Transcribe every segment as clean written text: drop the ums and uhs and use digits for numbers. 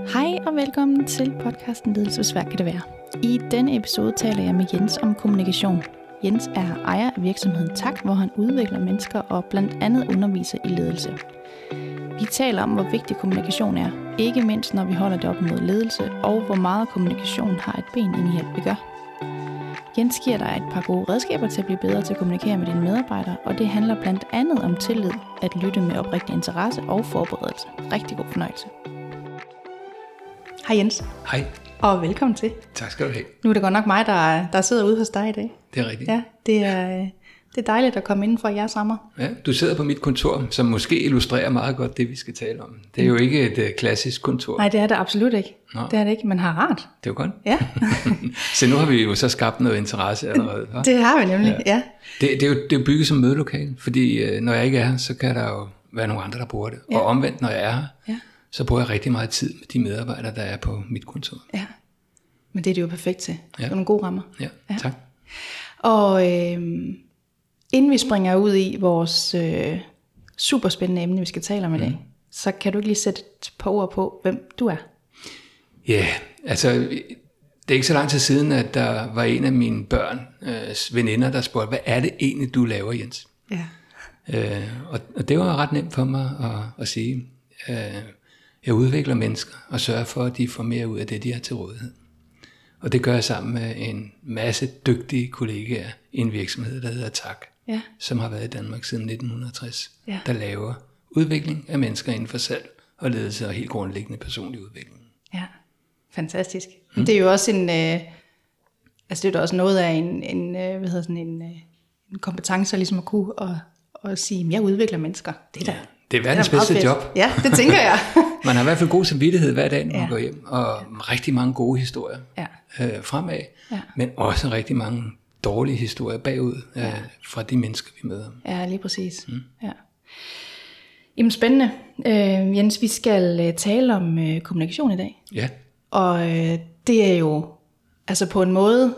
Hej og velkommen til podcasten Ledelse, hvor svært kan det være. I denne episode taler jeg med Jens om kommunikation. Jens er ejer af virksomheden Tak, hvor han udvikler mennesker og blandt andet underviser i ledelse. Vi taler om, hvor vigtig kommunikation er, ikke mindst når vi holder det op mod ledelse, og hvor meget kommunikation har et ben ind i alt vi gør. Jens giver dig et par gode redskaber til at blive bedre til at kommunikere med dine medarbejdere, og det handler blandt andet om tillid, at lytte med oprigtig interesse og forberedelse. Rigtig god fornøjelse. Hej Jens. Hej. Og velkommen til. Tak skal du have. Nu er det godt nok mig, der sidder ude hos dig i dag. Det er rigtigt. Ja, det er dejligt at komme indenfor jeres rammer. Ja, du sidder på mit kontor, som måske illustrerer meget godt det, vi skal tale om. Det er jo ikke et klassisk kontor. Nej, det er det absolut ikke. Nå. Det er det ikke, men har rart. Det er jo godt. Ja. Så nu har vi jo så skabt noget interesse allerede. Hva? Det har vi nemlig, ja. Det er jo bygget som mødelokale, fordi når jeg ikke er her, så kan der jo være nogle andre, der bruger det. Ja. Og omvendt, når jeg er her, så bruger jeg rigtig meget tid med de medarbejdere, der er på mit kontor. Ja, men det er det jo perfekt til. Ja. Det er nogle gode rammer. Ja, tak. Og inden vi springer ud i vores superspændende emne, vi skal tale om i dag, så kan du ikke lige sætte et par ord på, hvem du er? Ja, altså det er ikke så lang tid siden, at der var en af mine børns veninder, der spurgte, hvad er det egentlig, du laver, Jens? Ja. Og det var ret nemt for mig at sige. Jeg udvikler mennesker og sørger for, at de får mere ud af det, de har til rådighed. Og det gør jeg sammen med en masse dygtige kollegaer i en virksomhed, der hedder Tak, som har været i Danmark siden 1960, der laver udvikling af mennesker inden for salg og ledelse og helt grundlæggende personlig udvikling. Ja, fantastisk. Det er jo også det er da også noget af en kompetence ligesom at kunne og sige, jeg udvikler mennesker. Det er det er verdens bedste job. Ja, det tænker jeg. Man har i hvert fald god samvittighed hver dag, når man går hjem, og rigtig mange gode historier fremad, men også rigtig mange dårlige historier bagud fra de mennesker, vi møder. Ja, lige præcis. Ja. Jamen spændende. Jens, vi skal tale om kommunikation i dag. Ja. Og det er jo altså på en måde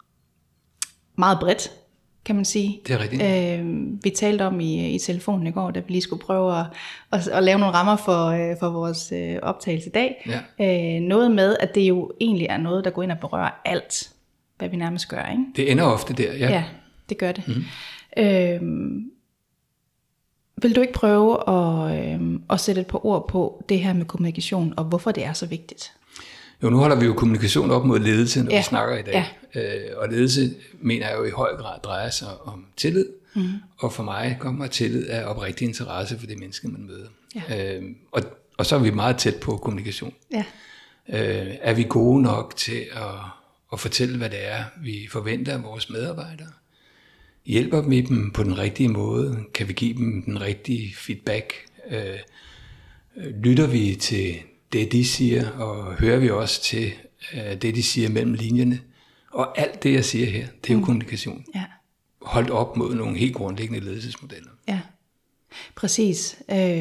meget bredt, kan man sige. Det er rigtigt. Vi talte om i telefonen i går, da vi lige skulle prøve at lave nogle rammer for vores optagelse i dag. Ja. Noget med, at det jo egentlig er noget, der går ind og berører alt, hvad vi nærmest gør, ikke? Det ender ofte der, ja. Ja, det gør det. Vil du ikke prøve at sætte et par ord på det her med kommunikation, og hvorfor det er så vigtigt? Jo, nu holder vi jo kommunikation op mod ledelse, når vi snakker i dag. Og ledelse, mener jeg jo i høj grad, drejer sig om tillid. Og for mig kommer tillid af oprigtig interesse for det menneske, man møder. Ja. Og så er vi meget tæt på kommunikation. Ja. Er vi gode nok til at fortælle, hvad det er, vi forventer af vores medarbejdere? Hjælper vi dem på den rigtige måde? Kan vi give dem den rigtige feedback? Lytter vi til det, de siger, og hører vi også til det, de siger mellem linjerne? Og alt det, jeg siger her, det er jo kommunikation. Ja. Holdt op mod nogle helt grundlæggende ledelsesmodeller. Ja, præcis.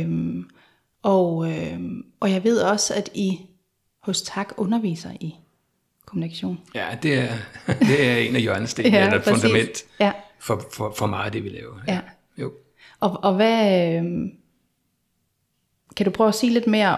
Og jeg ved også, at I hos Tak underviser i kommunikation. Ja, det er en af hjørnestenene, eller et fundament for meget af det, vi laver. Ja. Jo. Og hvad... Kan du prøve at sige lidt mere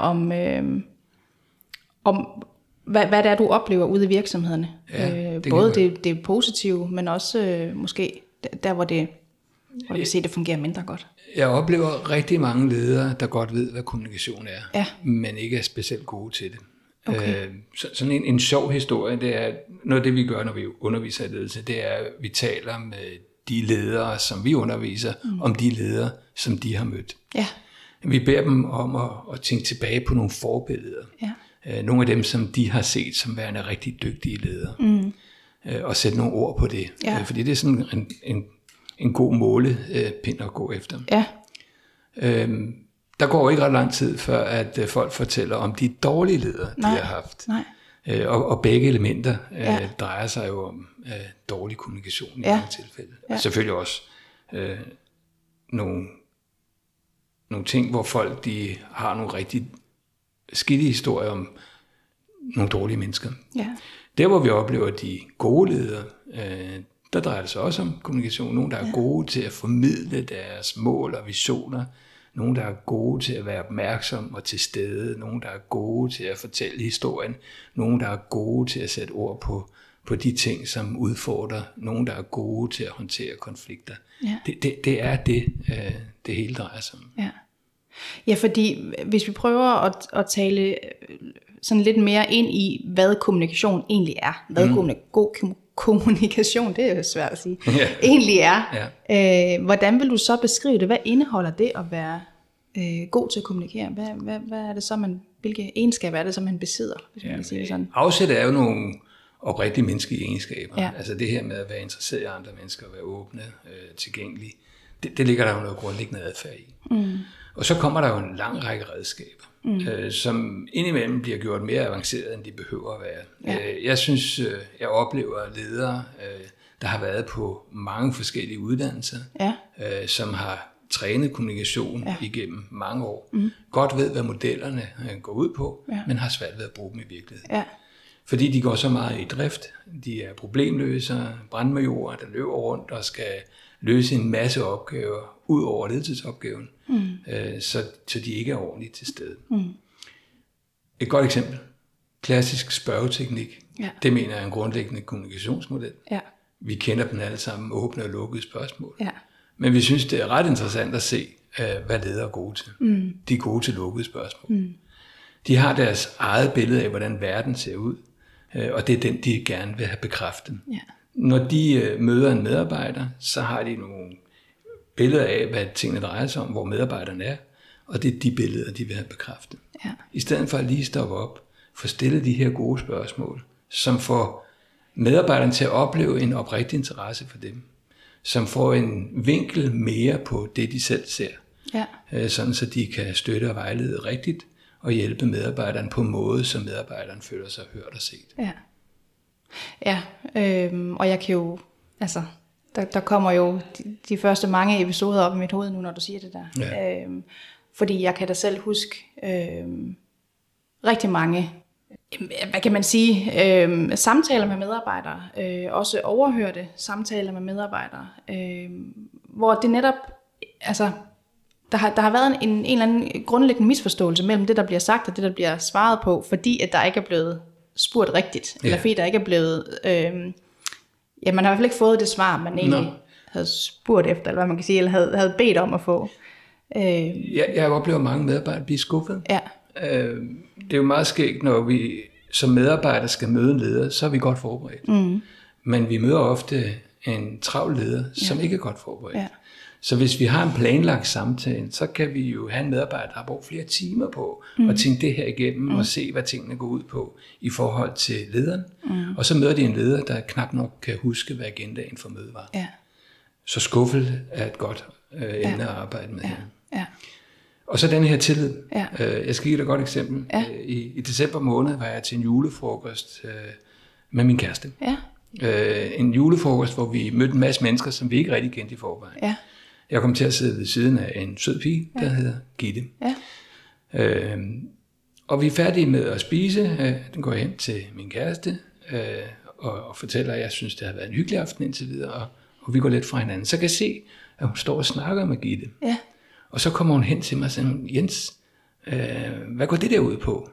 om hvad det er, du oplever ude i virksomhederne? Både det positive, men også måske der, hvor det vi ser, det fungerer mindre godt. Jeg oplever rigtig mange ledere, der godt ved, hvad kommunikation er, men ikke er specielt gode til det. Okay. Sådan en sjov historie, det er noget af det, vi gør, når vi underviser i ledelse, det er, at vi taler med de ledere, som vi underviser, om de ledere, som de har mødt. Ja. Vi beder dem om at tænke tilbage på nogle forbilleder. Ja. Nogle af dem, som de har set som værende rigtig dygtige ledere. Og sætte nogle ord på det. Ja. Fordi det er sådan en god målepind at gå efter. Ja. Der går ikke ret lang tid, før at folk fortæller om de dårlige ledere, de har haft. Nej. Og begge elementer drejer sig jo om dårlig kommunikation i mange tilfælde. Ja. Og selvfølgelig også nogle ting, hvor folk de har nogle rigtig skidte historier om nogle dårlige mennesker. Ja. Der, hvor vi oplever de gode ledere, der drejer det sig også om kommunikation. Nogle, der er gode til at formidle deres mål og visioner nogen, der er gode til at være opmærksom og til stede, nogen, der er gode til at fortælle historien, nogen, der er gode til at sætte ord på de ting, som udfordrer, nogen, der er gode til at håndtere konflikter. Ja. Det er det hele drejer sig om. Ja. Ja, fordi hvis vi prøver at tale sådan lidt mere ind i, hvad kommunikation egentlig er, hvad god kommunikation, det er jo svært at sige, egentlig er. Ja. Hvordan vil du så beskrive det? Hvad indeholder det at være god til at kommunikere? Hvad er det så, hvilke egenskaber er det, som man besidder, hvis man kan sige det sådan? Afsæt er jo nogle oprigtige menneskelige egenskaber. Ja. Altså det her med at være interesseret i andre mennesker, at være åbne, tilgængelige, det ligger der jo noget grundlæggende adfærd i. Og så kommer der jo en lang række redskaber, som indimellem bliver gjort mere avanceret, end de behøver at være. Ja. Jeg synes, jeg oplever ledere, der har været på mange forskellige uddannelser, som har trænet kommunikation igennem mange år, godt ved, hvad modellerne går ud på, men har svært ved at bruge dem i virkeligheden. Ja. Fordi de går så meget i drift, de er problemløsere, brandmajorer, der løber rundt og skal løse en masse opgaver ud over ledelsesopgaven, så de ikke er ordentligt til stede. Et godt eksempel, klassisk spørgeteknik, det mener jeg er en grundlæggende kommunikationsmodel. Ja. Vi kender dem alle sammen, åbne og lukkede spørgsmål. Ja. Men vi synes, det er ret interessant at se, hvad ledere er gode til. De er gode til lukkede spørgsmål. De har deres eget billede af, hvordan verden ser ud, og det er den, de gerne vil have bekræftet. Ja. Når de møder en medarbejder, så har de nogle billeder af, hvad tingene drejer sig om, hvor medarbejderne er, og det er de billeder, de vil have bekræftet. Ja. I stedet for at lige stoppe op, få stillet de her gode spørgsmål, som får medarbejderne til at opleve en oprigtig interesse for dem, som får en vinkel mere på det, de selv ser, sådan så de kan støtte og vejlede rigtigt, og hjælpe medarbejderen på en måde, så medarbejderen føler sig hørt og set. Ja, og jeg kan jo, altså, der kommer jo de første mange episoder op i mit hoved nu, når du siger det der. Ja. Fordi jeg kan da selv huske rigtig mange, hvad kan man sige, samtaler med medarbejdere, også overhørte samtaler med medarbejdere, hvor det netop, altså, der har været en eller anden grundlæggende misforståelse mellem det, der bliver sagt, og det, der bliver svaret på, fordi at der ikke er blevet spurgt rigtigt, eller fordi der ikke er blevet, man har i hvert fald ikke fået det svar, man egentlig havde spurgt efter, eller hvad man kan sige, eller havde bedt om at få. Jeg oplever mange medarbejdere blive skuffet. Ja. Det er jo meget skægt, når vi som medarbejdere skal møde en leder, så er vi godt forberedt. Men vi møder ofte en travl leder, som ikke er godt forberedt. Ja. Så hvis vi har en planlagt samtale, så kan vi jo have en medarbejder, der har brugt flere timer på at tænke det her igennem og se, hvad tingene går ud på i forhold til lederen. Og så møder de en leder, der knap nok kan huske, hvad agendaen for mødet var. Ja. Så skuffelse er et godt emne at arbejde med. Ja. Og så den her tillid. Ja. Jeg skal give dig et godt eksempel. Ja. I december måned var jeg til en julefrokost med min kæreste. Ja. En julefrokost, hvor vi mødte en masse mennesker, som vi ikke rigtig kendte i forvejen. Ja. Jeg kom til at sidde ved siden af en sød pige, der hedder Gitte. Ja. Og vi er færdige med at spise. Den går jeg hen til min kæreste og fortæller, at jeg synes, det har været en hyggelig aften indtil videre. Og vi går lidt fra hinanden. Så kan jeg se, at hun står og snakker med Gitte. Ja. Og så kommer hun hen til mig og siger, Jens, hvad går det der ud på?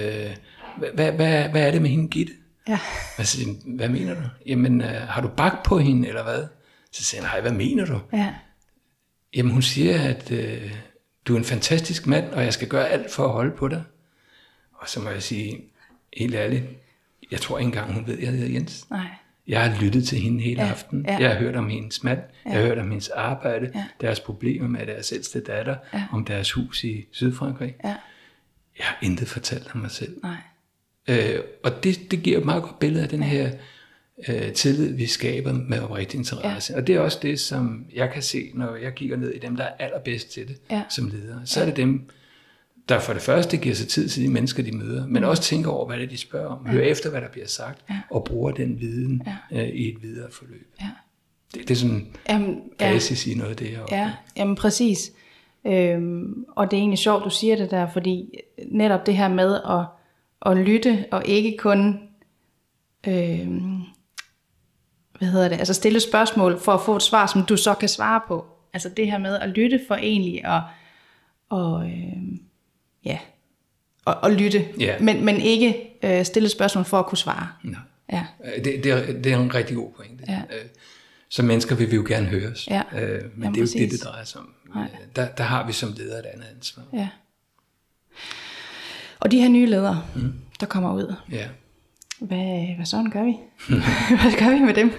Hvad er det med hende, Gitte? Ja. Hvad mener du? Jamen, har du bagt på hende, eller hvad? Så siger jeg, nej, hvad mener du? Ja. Jamen, hun siger, at du er en fantastisk mand, og jeg skal gøre alt for at holde på dig. Og så må jeg sige, helt ærligt, jeg tror ikke engang, hun ved, at jeg hedder Jens. Nej. Jeg har lyttet til hende hele aften. Ja. Jeg har hørt om hendes mand. Ja. Jeg har hørt om hendes arbejde, deres problemer med deres ældste datter, om deres hus i Sydfrankrig. Ja. Jeg har intet fortalt om mig selv. Nej. Og det giver et meget godt billede af den her tillid, vi skaber med oprigtig interesse. Ja. Og det er også det, som jeg kan se, når jeg kigger ned i dem, der er allerbedst til det som ledere. Så er det dem, der for det første giver sig tid til de mennesker, de møder, men også tænker over, hvad det er, de spørger om, hører efter, hvad der bliver sagt, og bruger den viden i et videre forløb. Ja. Det er sådan basis i noget af det her. Ja, jamen præcis. Og det er egentlig sjovt, du siger det der, fordi netop det her med at lytte, og ikke kun altså stille spørgsmål for at få et svar, som du så kan svare på. Altså det her med at lytte for egentlig og lytte, men ikke stille spørgsmål for at kunne svare. Nej. Ja. Det er en rigtig god pointe. Ja. Som mennesker vil vi jo gerne høres, men det er jo det drejer sig om. Der har vi som ledere et andet ansvar. Ja. Og de her nye ledere, der kommer ud, hvad sådan gør vi? Hvad gør vi med dem?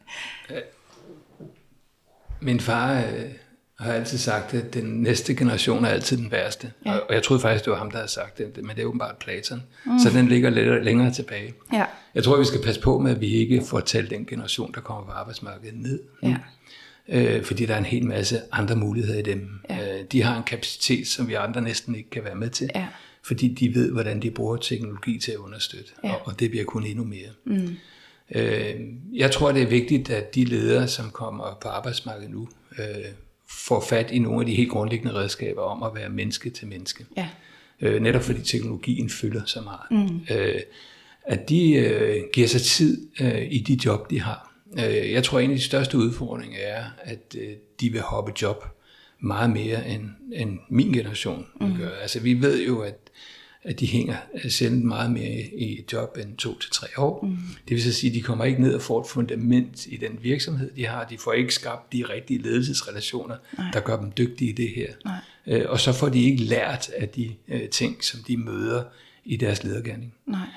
Min far har altid sagt, at den næste generation er altid den værste. Ja. Og jeg troede faktisk, det var ham, der havde sagt det, men det er åbenbart Platon. Så den ligger lidt længere tilbage. Ja. Jeg tror, vi skal passe på med, at vi ikke får talt den generation, der kommer på arbejdsmarkedet ned. Ja. Fordi der er en hel masse andre muligheder i dem. Ja. De har en kapacitet, som vi andre næsten ikke kan være med til. Ja. Fordi de ved, hvordan de bruger teknologi til at understøtte. Ja. Og det bliver kun endnu mere. Jeg tror, det er vigtigt, at de ledere, som kommer på arbejdsmarkedet nu, får fat i nogle af de helt grundlæggende redskaber om at være menneske til menneske. Ja. Netop fordi teknologien fylder så meget. At de giver sig tid i de job, de har. Jeg tror, en af de største udfordringer er, at de vil hoppe job meget mere end min generation gør. Altså vi ved jo, at de hænger sjældent meget mere i et job end 2 til 3 år. Det vil så sige, at de kommer ikke ned og får et fundament i den virksomhed, de har. De får ikke skabt de rigtige ledelsesrelationer, der gør dem dygtige i det her. Og så får de ikke lært af de ting, som de møder i deres ledergerning.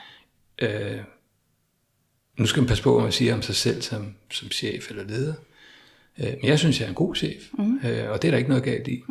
Nu skal man passe på, hvad man siger om sig selv som chef eller leder. Men jeg synes, jeg er en god chef, og det er der ikke noget galt i.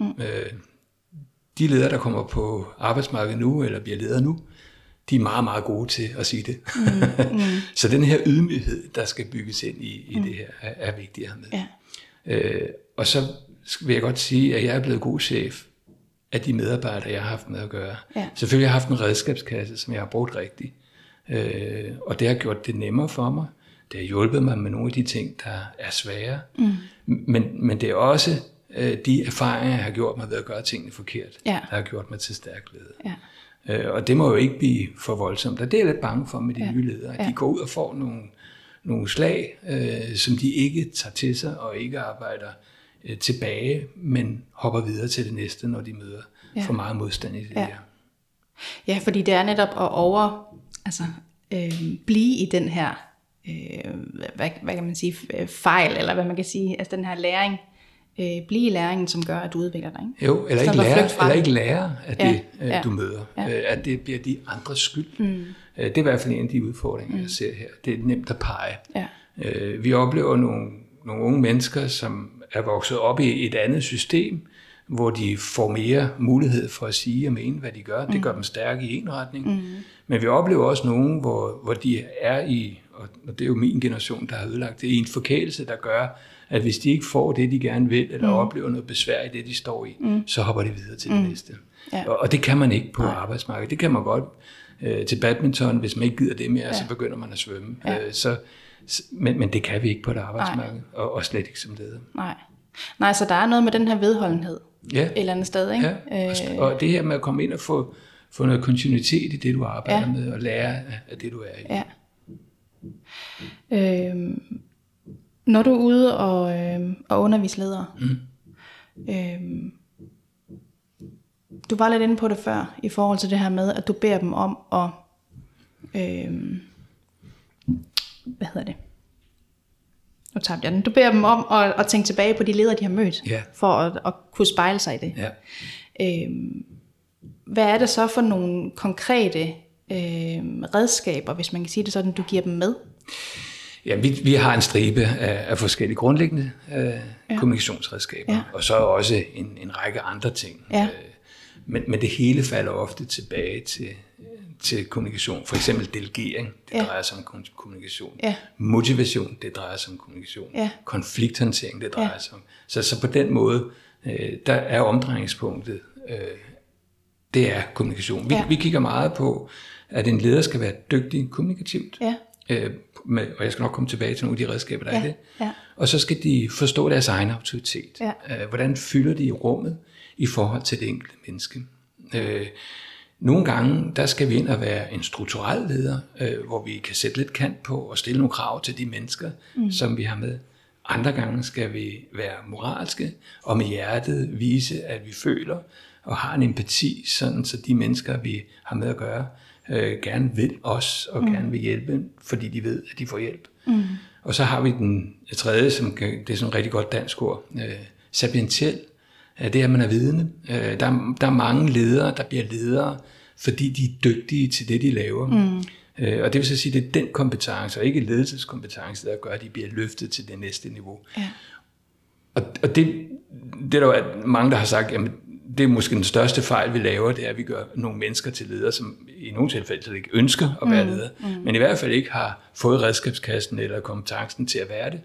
De ledere, der kommer på arbejdsmarkedet nu, eller bliver ledere nu, de er meget, meget gode til at sige det. Så den her ydmyghed, der skal bygges ind i det her, er vigtigt at have med. Ja. Og så vil jeg godt sige, at jeg er blevet god chef af de medarbejdere, jeg har haft med at gøre. Ja. Selvfølgelig har jeg haft en redskabskasse, som jeg har brugt rigtigt. Og det har gjort det nemmere for mig. Det har hjulpet mig med nogle af de ting, der er svære. Men det er også de erfaringer, jeg har gjort mig ved at gøre tingene forkert, der har gjort mig til stærk leder. Ja. Og det må jo ikke blive for voldsomt. Og det er jeg lidt bange for med de nye ledere. De går ud og får nogle slag, som de ikke tager til sig og ikke arbejder tilbage, men hopper videre til det næste, når de møder for meget modstand i det her. Ja, fordi det er netop at blive i den her hvad kan man sige, fejl, eller hvad man kan sige, altså den her læring, blive i læringen, som gør, at du udvikler dig, ikke? Jo, eller ikke lære af det, du møder. At det bliver de andres skyld. Det er i hvert fald en af de udfordringer, jeg ser her. Det er nemt at pege. Vi oplever nogle unge mennesker, som er vokset op i et andet system, hvor de får mere mulighed for at sige og mene, hvad de gør. Det gør dem stærke i en retning. Men vi oplever også nogen, hvor de er i, og det er jo min generation, der har ødelagt det, i en forkælelse, der gør, at hvis de ikke får det, de gerne vil, eller oplever noget besvær i det, de står i, så hopper de videre til det næste. Ja. Og det kan man ikke på arbejdsmarkedet. Det kan man godt til badminton, hvis man ikke gider det mere, så begynder man at svømme. Ja. Men det kan vi ikke på et arbejdsmarked, og slet ikke som leder. Nej, så der er noget med den her vedholdenhed et eller andet sted, ikke? Ja. Og det her med at komme ind og få noget kontinuitet i det, du arbejder med, og lære af det, du er i. Ja. Når du er ude og undervise ledere, du var lidt inde på det før, i forhold til det her med, at du beder dem om at, nu tabte jeg den. Du beder dem om at tænke tilbage på de ledere, de har mødt, for at kunne spejle sig i det. Ja. Hvad er det så for nogle konkrete redskaber, hvis man kan sige det sådan, du giver dem med? Ja, vi har en stribe af forskellige grundlæggende kommunikationsredskaber, og så også en række andre ting. Ja. Men det hele falder ofte tilbage til kommunikation. For eksempel delegering, det drejer sig om kommunikation. Ja. Motivation, det drejer sig om kommunikation. Ja. Konflikthåndtering, det drejer sig om. Så på den måde, der er omdrejningspunktet, det er kommunikation. Vi kigger meget på, at en leder skal være dygtig kommunikativt. Ja. Og jeg skal nok komme tilbage til nogle af de redskaber, der er i det. Ja. Og så skal de forstå deres egen autoritet. Ja. Hvordan fylder de rummet i forhold til det enkelte menneske. Nogle gange, der skal vi ind og være en strukturel leder, hvor vi kan sætte lidt kant på og stille nogle krav til de mennesker, som vi har med. Andre gange skal vi være moralske og med hjertet vise, at vi føler og har en empati, sådan så de mennesker, vi har med at gøre, gerne vil os, og gerne vil hjælpe, fordi de ved, at de får hjælp. Og så har vi den tredje, det er sådan et rigtig godt dansk ord, sapientiel. Det er, at man er vidende. Der er mange ledere, der bliver ledere, fordi de er dygtige til det, de laver. Og det vil så sige, at det er den kompetence, og ikke ledelseskompetence, der gør, at de bliver løftet til det næste niveau. Ja. Og det er der jo mange, der har sagt, jamen, det er måske den største fejl, vi laver, det er, at vi gør nogle mennesker til ledere, som i nogle tilfælde slet ikke ønsker at være ledere, men i hvert fald ikke har fået redskabskassen eller kompetencen til at være det.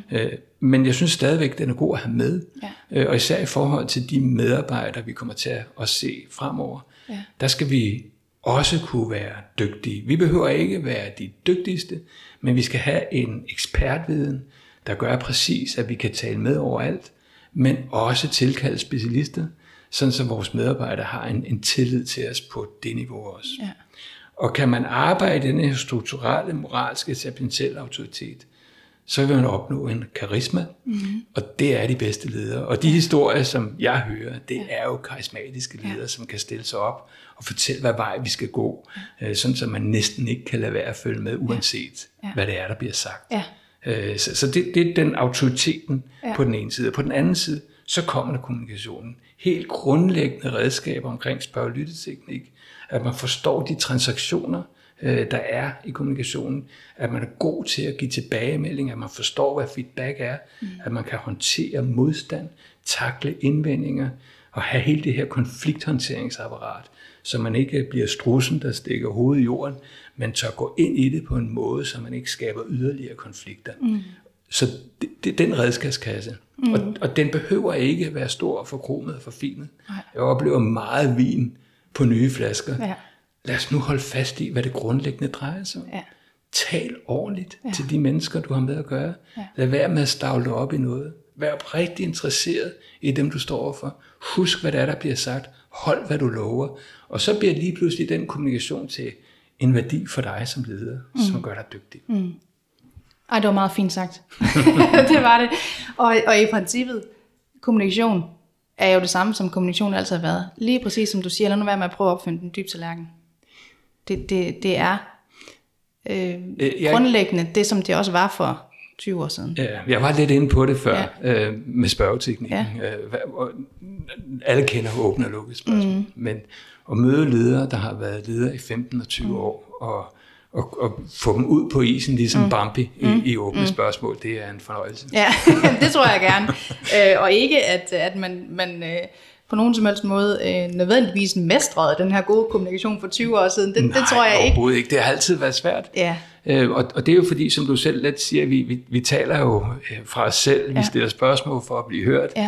Men jeg synes stadigvæk, den er god at have med, og især i forhold til de medarbejdere, vi kommer til at se fremover, der skal vi også kunne være dygtige. Vi behøver ikke være de dygtigste, men vi skal have en ekspertviden, der gør præcis, at vi kan tale med overalt, men også tilkalde specialister, sådan så vores medarbejdere har en tillid til os på det niveau også. Ja. Og kan man arbejde i denne her strukturelle, moralske, sapientielle autoritet, så vil man opnå en karisma, og det er de bedste ledere. Og de historier, som jeg hører, det er jo karismatiske ledere, som kan stille sig op og fortælle, hvad vej vi skal gå, sådan så man næsten ikke kan lade være at følge med, uanset hvad det er, der bliver sagt. Ja. Så det er den autoriteten på den ene side. Og på den anden side, så kommer der kommunikationen. Helt grundlæggende redskaber omkring spørge-lytte-teknik, at man forstår de transaktioner, der er i kommunikationen, at man er god til at give tilbagemelding, at man forstår, hvad feedback er, at man kan håndtere modstand, takle indvendinger, og have hele det her konflikthåndteringsapparat, så man ikke bliver strudsen, der stikker hovedet i jorden, men tør gå ind i det på en måde, så man ikke skaber yderligere konflikter. Så det er den redskabskasse. Og den behøver ikke være stor og forkromet og forfinet. Jeg oplever meget vin på nye flasker. Ja. Lad os nu holde fast i, hvad det grundlæggende drejer sig om. Ja. Tal ordentligt til de mennesker, du har med at gøre. Ja. Lad være med at stavle op i noget. Vær rigtig interesseret i dem, du står overfor. Husk, hvad der bliver sagt. Hold, hvad du lover. Og så bliver lige pludselig den kommunikation til en værdi for dig som leder, som gør dig dygtig. Ej, det var meget fint sagt. Det var det. Og i princippet, kommunikation er jo det samme, som kommunikation altid har været. Lige præcis som du siger, lad nu være med at prøve at opfinde den dybe tallerken. Det er grundlæggende det, som det også var for 20 år siden. Ja, jeg var lidt inde på det før med spørgeteknikken. Alle kender åbne og lukkede spørgsmål. Men at møde ledere, der har været ledere i 15 og 20 år, og få dem ud på isen, ligesom Bambi i åbne spørgsmål, det er en fornøjelse. Ja, det tror jeg gerne. Og ikke, at man på nogen som helst måde nødvendigvis mestrede den her gode kommunikation for 20 år siden. Det tror jeg ikke. Overhovedet ikke. Det har altid været svært. Ja. Og det er jo fordi, som du selv let siger, vi taler jo fra os selv, vi stiller spørgsmål for at blive hørt. Ja.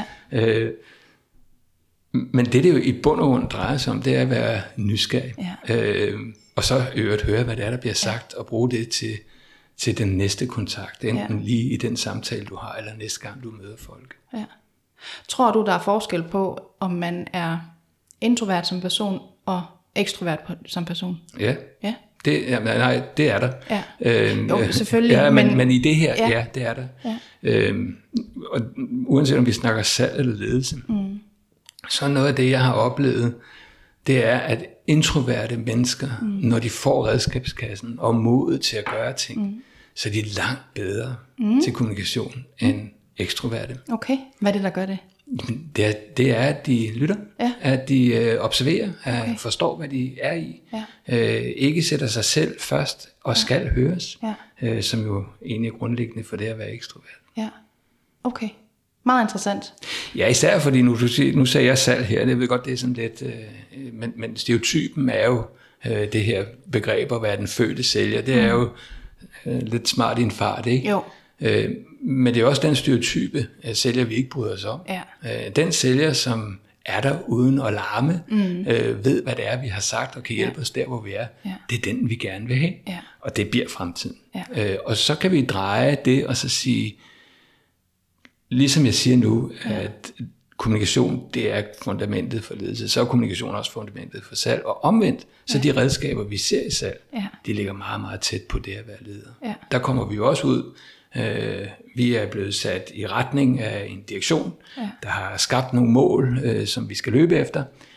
Men det jo i bund og grund drejer sig om, det er at være nysgerrig. Ja. Og så høre, hvad det er, der bliver sagt, og bruge det til den næste kontakt, enten lige i den samtale, du har, eller næste gang, du møder folk. Ja. Tror du, der er forskel på, om man er introvert som person, og ekstrovert som person? Ja. Det er der. Ja. Jo, selvfølgelig. Ja, men i det her, det er der. Ja. Og uanset om vi snakker salg eller ledelse, så noget af det, jeg har oplevet, det er, at introverte mennesker, når de får redskabskassen og modet til at gøre ting, så er de langt bedre til kommunikation end ekstroverte. Okay, hvad er det, der gør det? Det er, at de lytter, at de observerer, at forstår, hvad de er i, ikke sætter sig selv først og skal høres, som jo egentlig er grundlæggende for det at være ekstrovert. Ja, okay. Meget interessant. Ja, især fordi nu sagde jeg salg her, det ved godt, det er sådan lidt, men stereotypen er jo det her begreb at være den fødte sælger, det er jo lidt smart i en fart, ikke? Jo. Men det er også den stereotype sælger, vi ikke bryder os om. Ja. Den sælger, som er der uden at larme, ved hvad det er, vi har sagt, og kan hjælpe os der, hvor vi er, det er den, vi gerne vil have, og det bliver fremtiden. Ja. Og så kan vi dreje det, og så sige, ligesom jeg siger nu, at kommunikation, det er fundamentet for ledelse, så er kommunikation også fundamentet for salg, og omvendt, så de redskaber, vi ser i salg, de ligger meget, meget tæt på det at være leder. Ja. Der kommer vi jo også ud. Vi er blevet sat i retning af en direktion, der har skabt nogle mål, som vi skal løbe efter,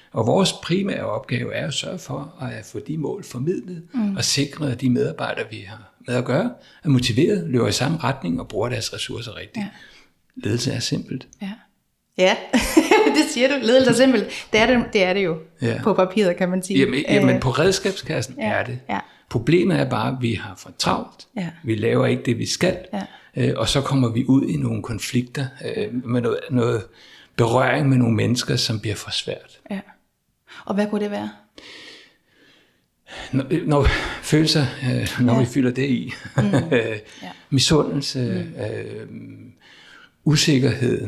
Og vores primære opgave er at sørge for at få de mål formidlet, og sikre, at de medarbejdere, vi har med at gøre, er motiveret, løber i samme retning og bruger deres ressourcer rigtigt. Ja. Ledelse er simpelt. Ja, det siger du. Ledelse er simpelt. Det er det jo på papiret, kan man sige. Jamen på redskabskassen er det. Ja. Problemet er bare, at vi har for travlt. Ja. Vi laver ikke det, vi skal. Ja. Og så kommer vi ud i nogle konflikter med noget berøring med nogle mennesker, som bliver for svært. Ja. Og hvad kunne det være? Når følelser, vi fylder det i. Misundelse, usikkerhed,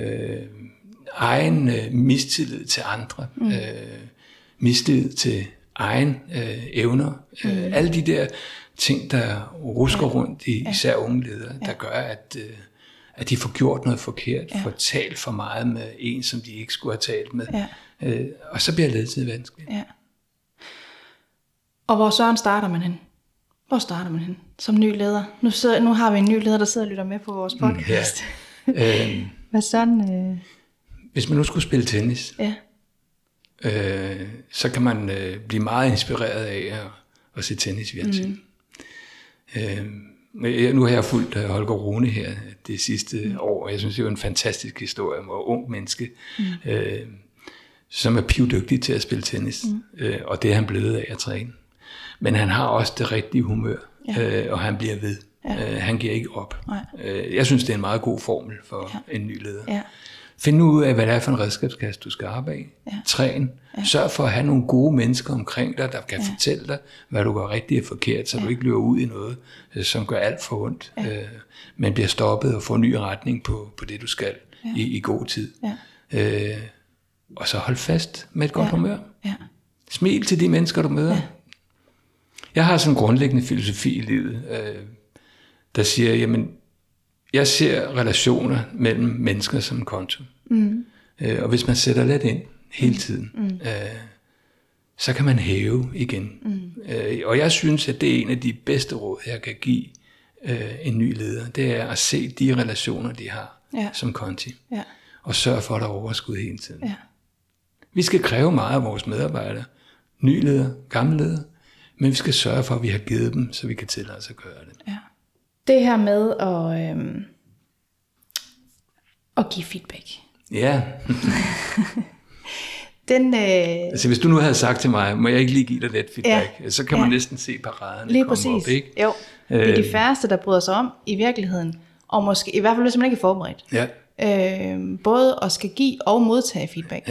egen mistillid til andre, mistillid til egen evner. Alle de der ting, der rusker rundt i især unge ledere, der gør, at de får gjort noget forkert, får talt for meget med en, som de ikke skulle have talt med. Og så bliver ledelse vanskeligt. Ja. Og hvor søren starter man hen? Hvor starter man hen som ny leder? Nu har vi en ny leder, der sidder og lytter med på vores podcast. Hvad sådan? Hvis man nu skulle spille tennis, så kan man blive meget inspireret af at se tennis via tid. Nu har jeg fulgt Holger Rune her det sidste år, og jeg synes, det er en fantastisk historie om et ung menneske, som er pivdygtig til at spille tennis, og det er han blevet af at træne. Men han har også det rigtige humør, og han bliver ved. Han giver ikke op. Jeg synes, det er en meget god formel for en ny leder. Find nu ud af, hvad det er for en redskabskasse, du skal arbejde i. Træn. Sørg for at have nogle gode mennesker omkring dig, der kan fortælle dig, hvad du gør rigtigt og forkert, så du ikke løber ud i noget, som gør alt for ondt, men bliver stoppet og får ny retning på det, du skal i god tid. Og så hold fast med et godt humør. Smil til de mennesker, du møder. Jeg har sådan en grundlæggende filosofi i livet, der siger, jamen, jeg ser relationer mellem mennesker som en konto. Og hvis man sætter lidt ind hele tiden, så kan man hæve igen. Og jeg synes, at det er en af de bedste råd, jeg kan give en ny leder. Det er at se de relationer, de har som konti. Og sørge for, at der er overskud hele tiden. Vi skal kræve meget af vores medarbejdere. Nye ledere, gamle ledere. Men vi skal sørge for, at vi har givet dem, så vi kan tillade os at gøre det. Det her med at give feedback. Ja. Altså hvis du nu havde sagt til mig, må jeg ikke lige give dig lidt feedback, så kan man næsten se paraderne lige komme præcis. op, ikke? Jo, det er de færreste, der bryder sig om i virkeligheden, og måske, i hvert fald hvis man ikke er forberedt. Både at skal give og modtage feedback.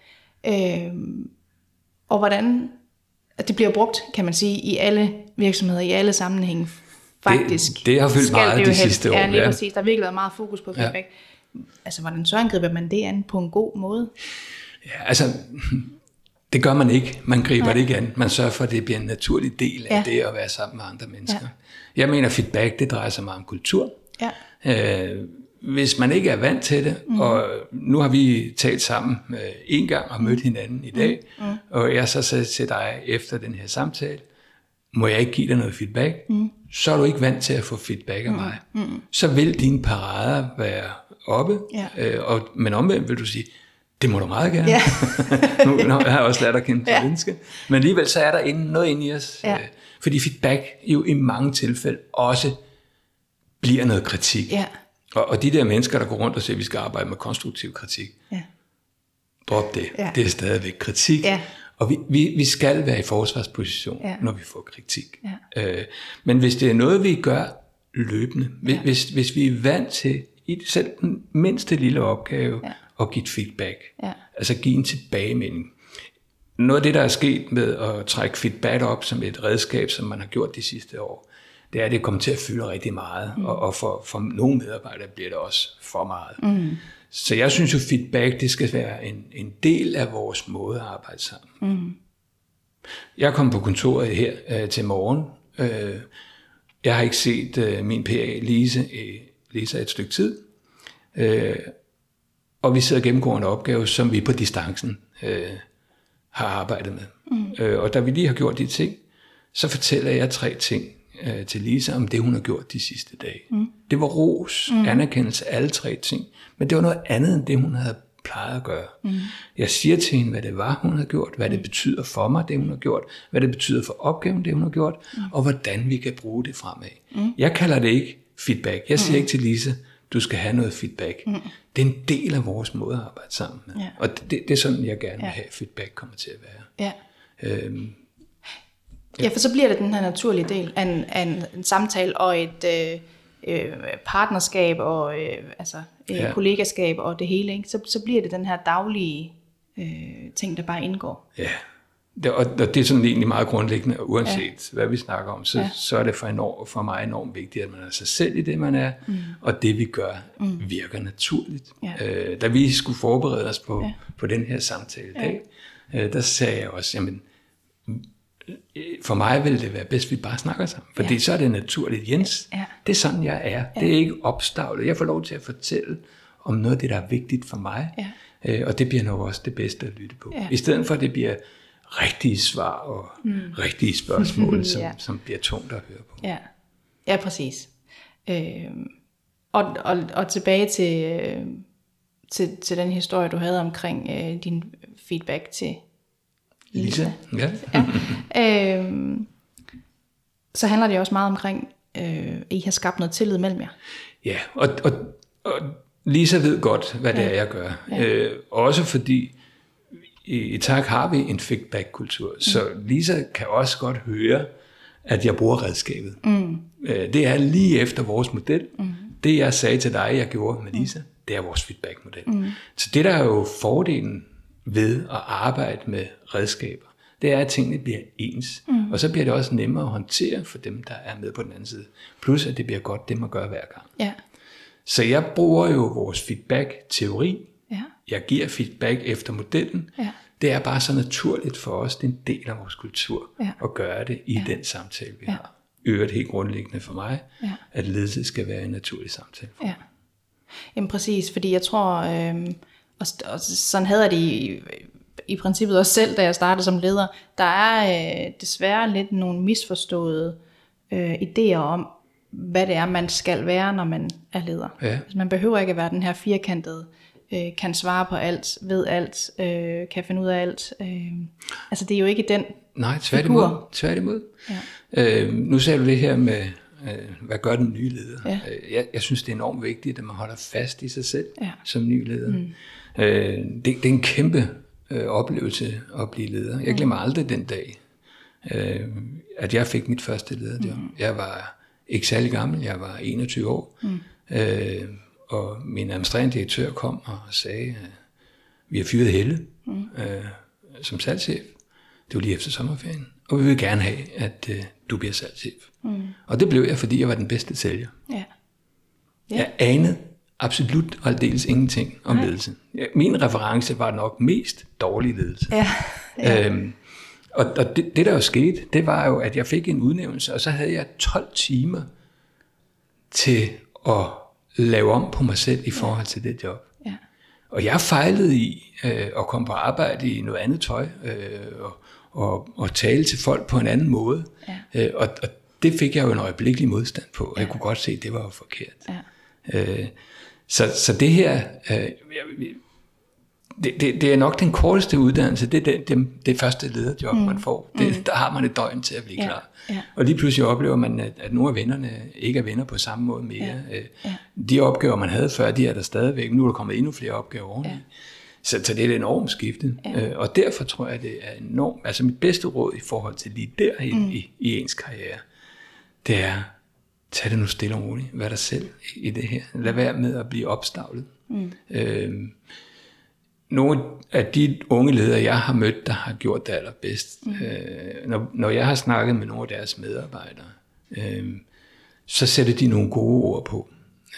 Og hvordan det bliver brugt, kan man sige, i alle virksomheder, i alle sammenhænge. Faktisk. Det har fyldt meget de sidste år. Ja, lige præcis. Der har virkelig været meget fokus på feedback. Altså, hvordan så angriber man det an på en god måde? Ja, altså, det gør man ikke. Man griber det ikke an. Man sørger for, at det bliver en naturlig del af det at være sammen med andre mennesker. Jeg mener, feedback, det drejer sig meget om kultur. Hvis man ikke er vant til det, og nu har vi talt sammen en gang og mødt hinanden i dag, og jeg så sagde til dig efter den her samtale, må jeg ikke give dig noget feedback, så er du ikke vant til at få feedback af mig. Så vil dine parader være oppe, men omvendt vil du sige, det må du meget gerne. Nu har jeg også lært at kende til menneske. Men alligevel så er der noget inde i os, fordi feedback jo i mange tilfælde også bliver noget kritik. Og de der mennesker, der går rundt og siger, at vi skal arbejde med konstruktiv kritik, drop det. Det er stadigvæk kritik. Og vi skal være i forsvarsposition, når vi får kritik. Men hvis det er noget, vi gør løbende, hvis vi er vant til i selv den mindste lille opgave at give feedback, altså give en tilbagemelding. Noget af det, der er sket med at trække feedback op som et redskab, som man har gjort de sidste år, det er, at det kommer til at fylde rigtig meget, og for nogle medarbejdere bliver det også for meget. Så jeg synes jo, feedback, det skal være en del af vores måde at arbejde sammen. Jeg kom på kontoret her til morgen. Jeg har ikke set min PA Lise et stykke tid. Og vi sidder og gennemgår en opgave, som vi på distancen har arbejdet med. Og da vi lige har gjort de ting, så fortæller jeg 3 ting til Lisa om det, hun har gjort de sidste dage. Det var ros, anerkendelse, alle 3 ting. Men det var noget andet end det, hun havde plejede at gøre. Jeg siger til hende, hvad det var, hun havde gjort, hvad det betyder for mig, det hun har gjort, hvad det betyder for opgaven, det hun har gjort, og hvordan vi kan bruge det fremad. Jeg kalder det ikke feedback. Jeg siger ikke til Lise, du skal have noget feedback. Det er en del af vores måde at arbejde sammen med. Ja. Og det er sådan, jeg gerne vil have, feedback kommer til at være. Ja. Ja, for så bliver det den her naturlige del af en samtale og et partnerskab og kollegaskab og det hele. Ikke? Så bliver det den her daglige ting, der bare indgår. Ja, og det er sådan egentlig meget grundlæggende, og uanset hvad vi snakker om, så er det for mig enormt vigtigt, at man er sig selv i det, man er, og det vi gør virker naturligt. Ja. Da vi skulle forberede os på den her samtale i dag, der sagde jeg også, jamen, for mig ville det være bedst, at vi bare snakker sammen. Fordi så er det naturligt. Jens, det er sådan, jeg er. Det er ikke opstavlet. Jeg får lov til at fortælle om noget af det, der er vigtigt for mig. Og det bliver nok også det bedste at lytte på. I stedet for, at det bliver rigtige svar og rigtige spørgsmål, som bliver tungt at høre på. Ja, præcis. Og tilbage til den historie, du havde omkring din feedback til Lisa. Så handler det også meget omkring, at I har skabt noget tillid mellem jer. Ja, og Lisa ved godt, hvad det er, jeg gør. Også fordi i TAG har vi en feedback-kultur, så Lisa kan også godt høre, at jeg bruger redskabet. Det er lige efter vores model. Det jeg sagde til dig, jeg gjorde med Lisa, det er vores feedback-model. Så det der er jo fordelen ved at arbejde med redskaber, det er, at tingene bliver ens. Og så bliver det også nemmere at håndtere for dem, der er med på den anden side. Plus, at det bliver godt, det man gør hver gang. Ja. Så jeg bruger jo vores feedback-teori. Ja. Jeg giver feedback efter modellen. Ja. Det er bare så naturligt for os, det er en del af vores kultur, at gøre det i den samtale, vi har. Øvrigt helt grundlæggende for mig, at ledelse skal være en naturlig samtale. Ja. Jamen præcis, fordi jeg tror... Og sådan havde jeg det i princippet også selv, da jeg startede som leder. Der er desværre lidt nogle misforståede idéer om, hvad det er, man skal være, når man er leder. Ja. Altså, man behøver ikke at være den her firkantede, kan svare på alt, ved alt, kan finde ud af alt. Altså det er jo ikke den tværtimod. Ja. Nu sagde du det her med, hvad gør den nye leder? Ja. Jeg synes, det er enormt vigtigt, at man holder fast i sig selv som ny leder. Det er en kæmpe oplevelse at blive leder. Jeg glemmer aldrig den dag, at jeg fik mit første lederjob. Jeg var ikke særlig gammel, jeg var 21 år, og min administrerende direktør kom og sagde, vi har fyret Helle som salgschef. Det var lige efter sommerferien, og vi vil gerne have, at du bliver salgschef. Og det blev jeg, fordi jeg var den bedste sælger. Ja. Jeg anede absolut og aldeles ingenting om ledelse. Min reference var nok mest dårlig ledelse. Ja. Og det der jo skete, det var jo, at jeg fik en udnævnelse, og så havde jeg 12 timer til at lave om på mig selv i forhold til det job. Ja. Og jeg fejlede i at komme på arbejde i noget andet tøj, og tale til folk på en anden måde. Ja. Og det fik jeg jo en øjeblikkelig modstand på, og jeg kunne godt se, at det var jo forkert. Ja. Så det her, det er nok den korteste uddannelse, det er det første lederjob, man får. Der har man et døgn til at blive klar. Ja. Og lige pludselig oplever man, at nogle af vennerne ikke er venner på samme måde mere. De opgaver, man havde før, de er der stadigvæk. Nu er der kommet endnu flere opgaver oveni. Ja. Så det er et enormt skifte. Ja. Og derfor tror jeg, det er enormt. Altså mit bedste råd i forhold til lige der i ens karriere, det er, tag det nu stille og roligt. Vær dig selv i det her. Lad være med at blive opstavlet. Nogle af de unge ledere, jeg har mødt, der har gjort det allerbedst, når jeg har snakket med nogle af deres medarbejdere, så sætter de nogle gode ord på.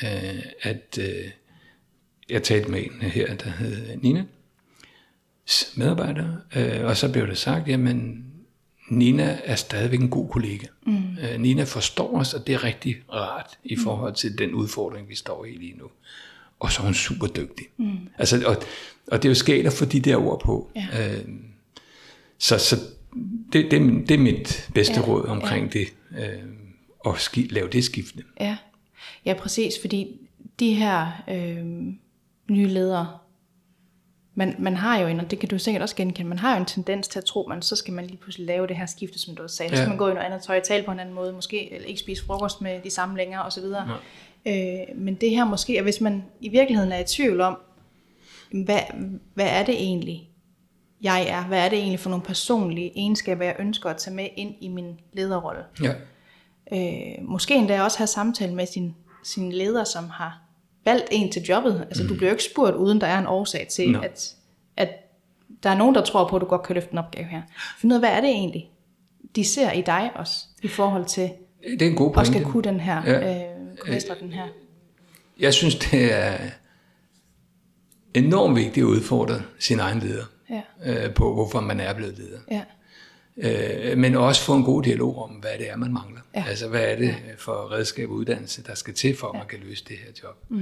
Jeg talte med en her, der hed Nina, medarbejder, og så blev det sagt, jamen Nina er stadigvæk en god kollega. Nina forstår os, og det er rigtig rart i forhold til den udfordring, vi står i lige nu. Og så er hun super dygtig. Altså, og det er jo sket at få de der ord på. Ja. Så det er mit bedste råd omkring det, at lave det skifte. Ja, præcis, fordi de her nye ledere, man har jo og det kan du sikkert også genkende, man har jo en tendens til at tro, så skal man lige pludselig lave det her skifte, som du også sagde. Så skal man gå i noget andet tøj, tale på en anden måde, måske eller ikke spise frokost med de samme længere osv. Men det her måske, at hvis man i virkeligheden er i tvivl om, hvad er det egentlig, jeg er? Hvad er det egentlig for nogle personlige egenskaber, jeg ønsker at tage med ind i min lederrolle? Ja. Måske endda også have samtale med sin leder, som har valgt en til jobbet. Altså du bliver jo ikke spurgt, uden der er en årsag til, at der er nogen, der tror på, at du godt kan løfte en opgave her. Find ud af, hvad er det egentlig, de ser i dig også, i forhold til det er en god pointe. Og skal kunne den her, kunne mestre den her. Jeg synes, det er enormt vigtigt at udfordre sin egen leder på, hvorfor man er blevet leder. Ja. Men også få en god dialog om, hvad det er, man mangler. Ja. Altså, hvad er det for redskab og uddannelse, der skal til, for at man kan løse det her job.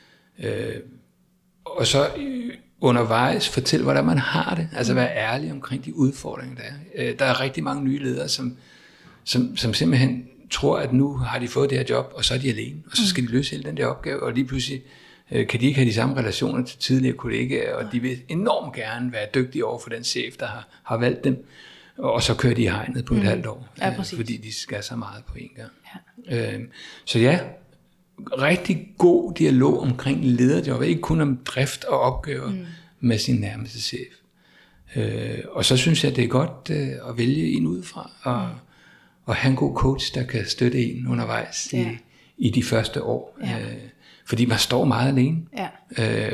Og så undervejs fortælle, hvordan man har det. Altså, være ærlig omkring de udfordringer, der er. Der er rigtig mange nye ledere, som simpelthen tror, at nu har de fået det her job, og så er de alene, og så skal de løse hele den der opgave, og lige pludselig kan de ikke have de samme relationer til tidligere kollegaer, og de vil enormt gerne være dygtige over for den chef, der har valgt dem, og så kører de i hegnet på et halvt år, fordi de skal så meget på en gang. Ja. Så ja, rigtig god dialog omkring lederjob, ikke kun om drift og opgaver med sin nærmeste chef. Og så synes jeg, det er godt at vælge en udefra, og have en god coach, der kan støtte en undervejs i de første år. Ja. Fordi man står meget alene. Ja.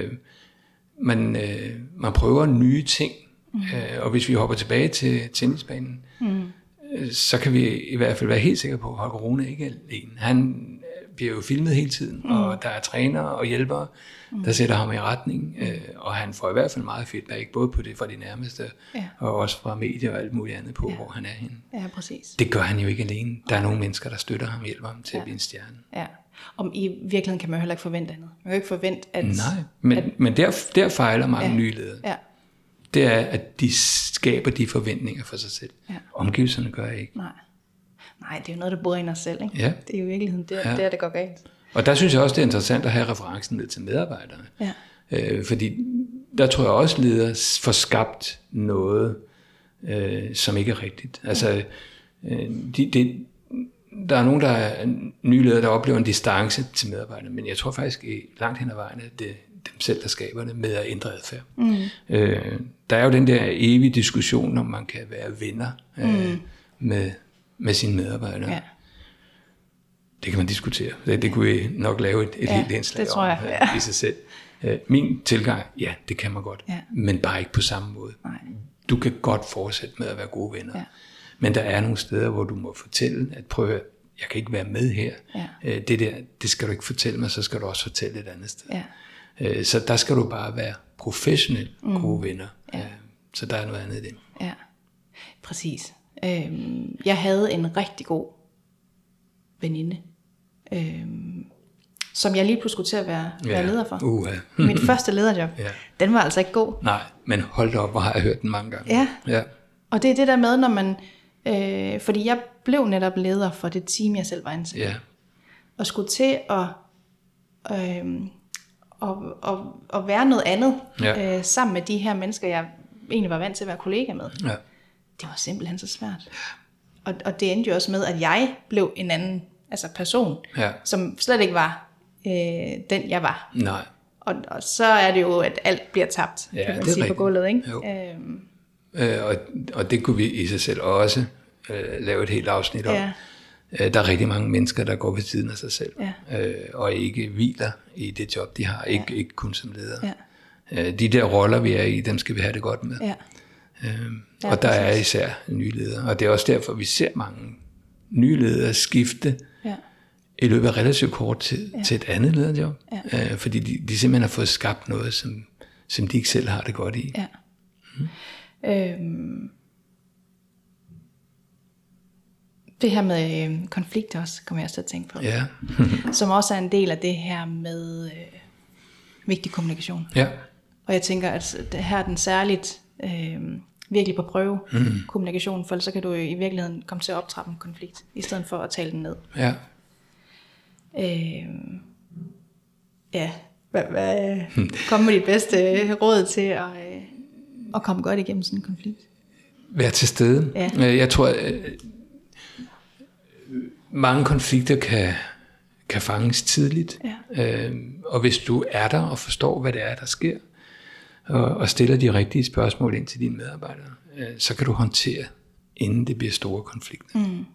Man prøver nye ting, og hvis vi hopper tilbage til tennisbanen, så kan vi i hvert fald være helt sikre på, at Holger Rune ikke er alene. Han bliver jo filmet hele tiden, og der er trænere og hjælpere, der sætter ham i retning, og han får i hvert fald meget feedback, både på det fra de nærmeste, og også fra medier og alt muligt andet på, hvor han er henne. Ja, præcis. Det gør han jo ikke alene. Der er nogle mennesker, der støtter ham og hjælper ham til at blive en stjerne. Ja. Om i virkeligheden kan man jo heller ikke forvente andet. Man kan jo ikke forvente, at... Nej, men der fejler mange nye ledere. Ja. Det er, at de skaber de forventninger for sig selv. Ja. Omgivelserne gør ikke. Nej, det er jo noget, der bor i os selv. Ikke? Ja. Det er jo i virkeligheden der det går galt. Og der synes jeg også, det er interessant at have referencen ned til medarbejderne. Ja. Fordi der tror jeg også, ledere får skabt noget, som ikke er rigtigt. Altså, der er nogen, der er nye ledere, der oplever en distance til medarbejderne, men jeg tror faktisk langt hen ad vejen, at det er dem selv, der skaber det med at ændre adfærd. Der er jo den der evige diskussion, om man kan være venner med sine medarbejdere. Ja. Det kan man diskutere. Det kunne vi nok lave et helt indslag om i sig selv. Min tilgang, det kan man godt, men bare ikke på samme måde. Nej. Du kan godt fortsætte med at være gode venner. Ja. Men der er nogle steder, hvor du må fortælle, at prøv at jeg kan ikke være med her. Ja. Det skal du ikke fortælle mig, så skal du også fortælle et andet sted. Ja. Så der skal du bare være professionelt gode venner. Ja. Så der er noget andet i det. Ja, præcis. Jeg havde en rigtig god veninde, som jeg lige pludselig skulle til at være leder for. Mit første lederjob, den var altså ikke god. Nej, men hold da op, hvor har jeg hørt den mange gange. Ja. Og det er det der med, når man... fordi jeg blev netop leder for det team, jeg selv var ansat i. Og skulle til at være noget andet sammen med de her mennesker, jeg egentlig var vant til at være kollega med. Ja. Det var simpelthen så svært. Og det endte jo også med, at jeg blev en anden person, som slet ikke var den, jeg var. Nej. Og så er det jo, at alt bliver tabt, kan man sige, på gulvet. Ikke? Og det kunne vi i sig selv også lave et helt afsnit om. Ja. Der er rigtig mange mennesker, der går ved siden af sig selv, og ikke hviler i det job, de har, ikke kun som ledere. Ja. De der roller, vi er i, dem skal vi have det godt med. Ja. Og der er især nye ledere, og det er også derfor, vi ser mange nye ledere skifte i løbet af relativt kort tid til et andet lederjob, fordi de simpelthen har fået skabt noget, som de ikke selv har det godt i. Ja. Det her med konflikt også, kommer jeg også til at tænke på. Ja. Som også er en del af det her med vigtig kommunikation. Ja. Og jeg tænker, at det her er den særligt virkelig på prøve kommunikation, for så kan du i virkeligheden komme til at optrappe en konflikt, i stedet for at tale den ned. Ja. Kom med dit bedste råd til at komme godt igennem sådan en konflikt. Vær til stede. Ja. Jeg tror, at mange konflikter kan fanges tidligt. Ja. Og hvis du er der og forstår, hvad det er, der sker, og stiller de rigtige spørgsmål ind til dine medarbejdere, så kan du håndtere, inden det bliver store konflikter.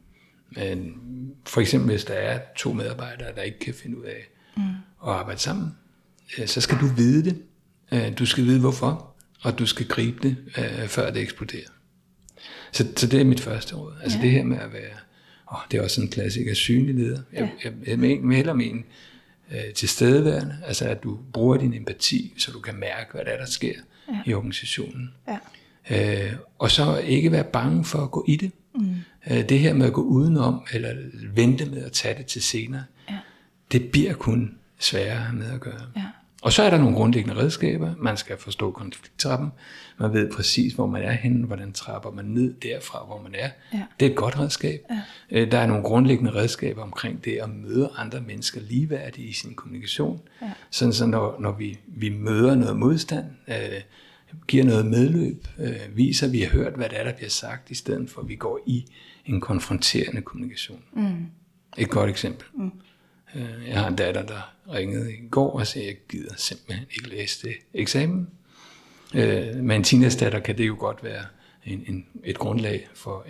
For eksempel, hvis der er 2 medarbejdere, der ikke kan finde ud af at arbejde sammen, så skal du vide det. Du skal vide, hvorfor, og du skal gribe det, før det eksploderer. Så det er mit første råd. Altså det her med at være, det er også en klassiker, synlig leder. Jeg melder mene tilstedeværende, altså at du bruger din empati, så du kan mærke, hvad der sker i organisationen. Ja. Og så ikke være bange for at gå i det. Det her med at gå udenom, eller vente med at tage det til senere, det bliver kun sværere med at gøre. Ja. Og så er der nogle grundlæggende redskaber. Man skal forstå konflikttrappen. Man ved præcis, hvor man er henne, hvordan trapper man ned derfra, hvor man er. Ja. Det er et godt redskab. Ja. Der er nogle grundlæggende redskaber omkring det at møde andre mennesker ligeværdigt i sin kommunikation. Ja. Sådan så når vi møder noget modstand, giver noget medløb, viser, at vi har hørt, hvad det er, der bliver sagt, i stedet for at vi går i en konfronterende kommunikation. Et godt eksempel. Jeg har en datter, der ringede i går og sagde, at jeg gider simpelthen ikke læse det eksamen. Med en teenagedatter kan det jo godt være et grundlag for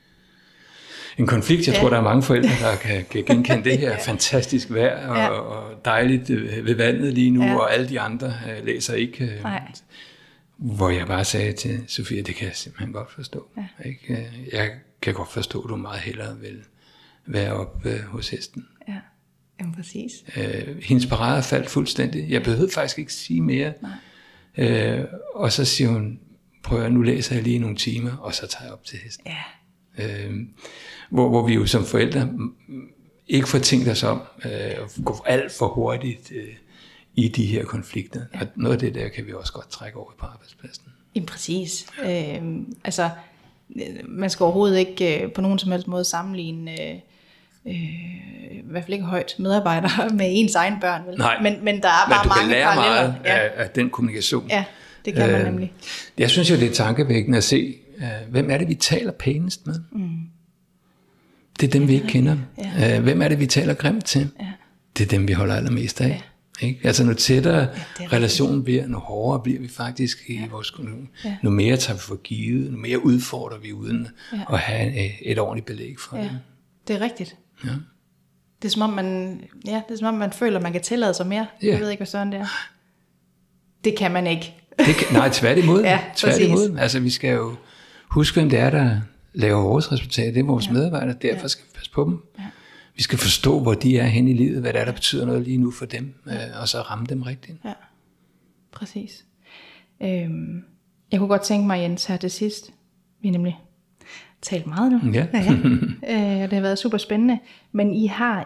en konflikt. Jeg tror, der er mange forældre, der kan genkende det her fantastisk vejr og dejligt ved vandet lige nu, og alle de andre læser ikke. Hvor jeg bare sagde til Sofia, det kan jeg simpelthen godt forstå. Ja. Ikke? Jeg kan godt forstå, at du meget hellere vil være oppe hos hesten. Ja. Jamen, præcis. Hendes parade faldt fuldstændig. Jeg behøvede faktisk ikke sige mere. Og så siger hun, prøv at nu læser jeg lige nogle timer, og så tager jeg op til hesten. Ja. Hvor vi jo som forældre ikke får tænkt os om at gå alt for hurtigt i de her konflikter. Ja. Og noget af det der kan vi også godt trække over på arbejdspladsen. Jamen, præcis. Altså, man skal overhovedet ikke på nogen som helst måde sammenligne i hvert fald ikke højt medarbejdere med ens egen børn. Vel? Nej, men der er bare mange paralleller. Meget af den kommunikation. Ja, det kan man nemlig. Jeg synes jo, det er tankevækkende at se, hvem er det, vi taler pænest med? Det er dem, vi ikke kender. Ja. Hvem er det, vi taler grimt til? Ja. Det er dem, vi holder allermest af. Ja. Ikke? Altså, nu tættere relationen bliver, nu hårdere bliver vi faktisk i vores kommunikation. Ja. Nu mere tager vi for givet, nu mere udfordrer vi uden at have et ordentligt belæg for det. Det er rigtigt. Ja. Det er som om man føler, at man kan tillade sig mere. Jeg ved ikke, hvad sådan det er. Det kan man ikke. Nej, tværtimod. Tværtimod. Altså, vi skal jo huske, hvem det er, der laver vores resultater. Det er vores medarbejdere. Derfor skal vi passe på dem. Ja. Vi skal forstå, hvor de er hen i livet, hvad det er, der betyder noget lige nu for dem, og så ramme dem rigtigt. Ja, præcis. Jeg kunne godt tænke mig, Jens, her til sidst. Vi har nemlig talt meget nu. Ja. Det har været super spændende. Men I har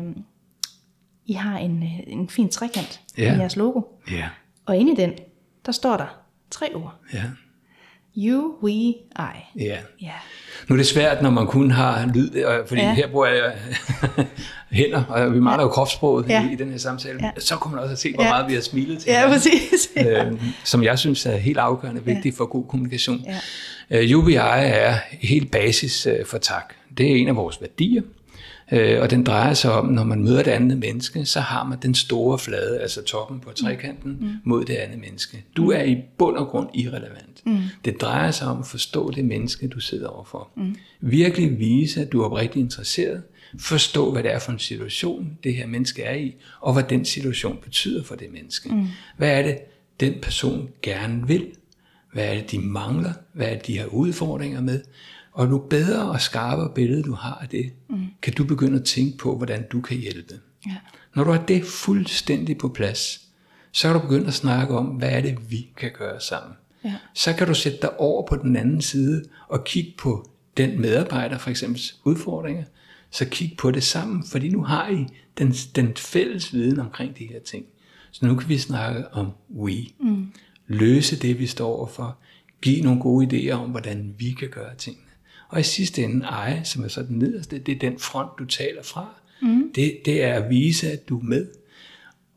en fin trekant i jeres logo. Ja. Og inde i den, der står der 3 ord. Ja. You, we, I. Ja. Nu er det svært, når man kun har lyd, fordi her bruger jeg hænder, og vi mangler jo kropssproget i den her samtale. Ja. Så kunne man også se, hvor meget vi har smilet til. Ja, præcis. Som jeg synes er helt afgørende vigtigt for god kommunikation. Ja. UBI er helt basis for tak. Det er en af vores værdier. Og den drejer sig om, når man møder det andet menneske, så har man den store flade, altså toppen på trekanten, mod det andet menneske. Du er i bund og grund irrelevant. Det drejer sig om at forstå det menneske, du sidder overfor. Virkelig vise, at du er oprigtigt interesseret. Forstå, hvad det er for en situation, det her menneske er i, og hvad den situation betyder for det menneske. Hvad er det, den person gerne vil? Hvad er det, de mangler? Hvad er det, de har udfordringer med? Og nu bedre og skarpere billede du har af det, kan du begynde at tænke på, hvordan du kan hjælpe. Ja. Når du har det fuldstændig på plads, så kan du begynde at snakke om, hvad er det, vi kan gøre sammen. Ja. Så kan du sætte dig over på den anden side og kigge på den medarbejder, for eksempel udfordringer, så kig på det sammen, fordi nu har I den fælles viden omkring de her ting. Så nu kan vi snakke om we. Løse det, vi står overfor. Give nogle gode idéer om, hvordan vi kan gøre tingene. Og i sidste ende, som er så den nederste, det er den front, du taler fra. Det er at vise, at du er med.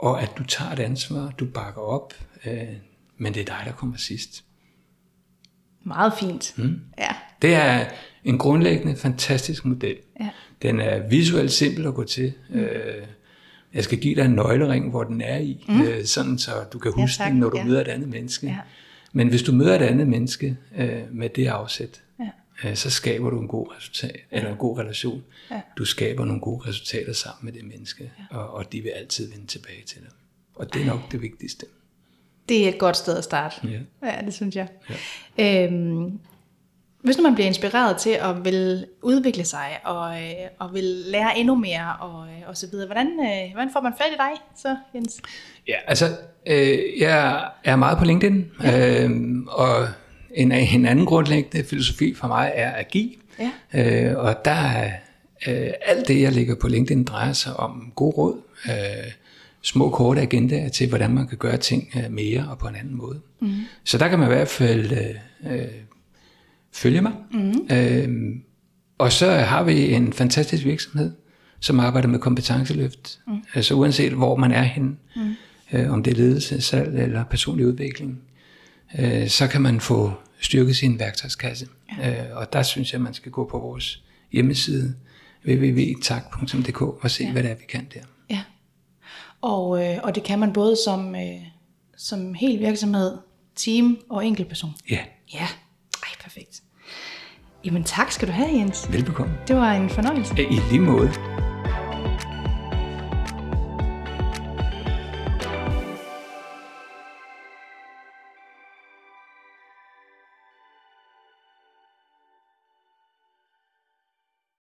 og at du tager et ansvar, du bakker op, men det er dig, der kommer sidst. Meget fint. Ja. Det er en grundlæggende, fantastisk model. Ja. Den er visuelt simpel at gå til. Jeg skal give dig en nøglering, hvor den er i, sådan så du kan huske den, når du møder et andet menneske. Ja. Men hvis du møder et andet menneske med det afsæt, så skaber du en god resultat, eller en god relation. Ja. Du skaber nogle gode resultater sammen med det menneske, og de vil altid vende tilbage til dig. Og det er nok det vigtigste. Det er et godt sted at starte. Ja, det synes jeg. Ja. Hvis nu man bliver inspireret til at vil udvikle sig, og vil lære endnu mere, og så videre, hvordan får man fat i dig så, Jens? Ja, altså, jeg er meget på LinkedIn, og en anden grundlæggende filosofi for mig er at give. Ja. Og der er alt det, jeg lægger på LinkedIn, drejer sig om god råd, små korte agendaer til, hvordan man kan gøre ting mere og på en anden måde. Så der kan man i hvert fald følge mig. Og så har vi en fantastisk virksomhed, som arbejder med kompetenceløft. Altså uanset hvor man er henne, om det er ledelse, salg eller personlig udvikling, så kan man få styrket sin værktøjskasse. Og der synes jeg, man skal gå på vores hjemmeside www.tak.dk og se, hvad det er, vi kan der. Ja. Og det kan man både som hel virksomhed, team og enkeltperson. Ja. Ja. Ej, perfekt. Jamen tak skal du have, Jens. Velbekomme. Det var en fornøjelse. I lige måde.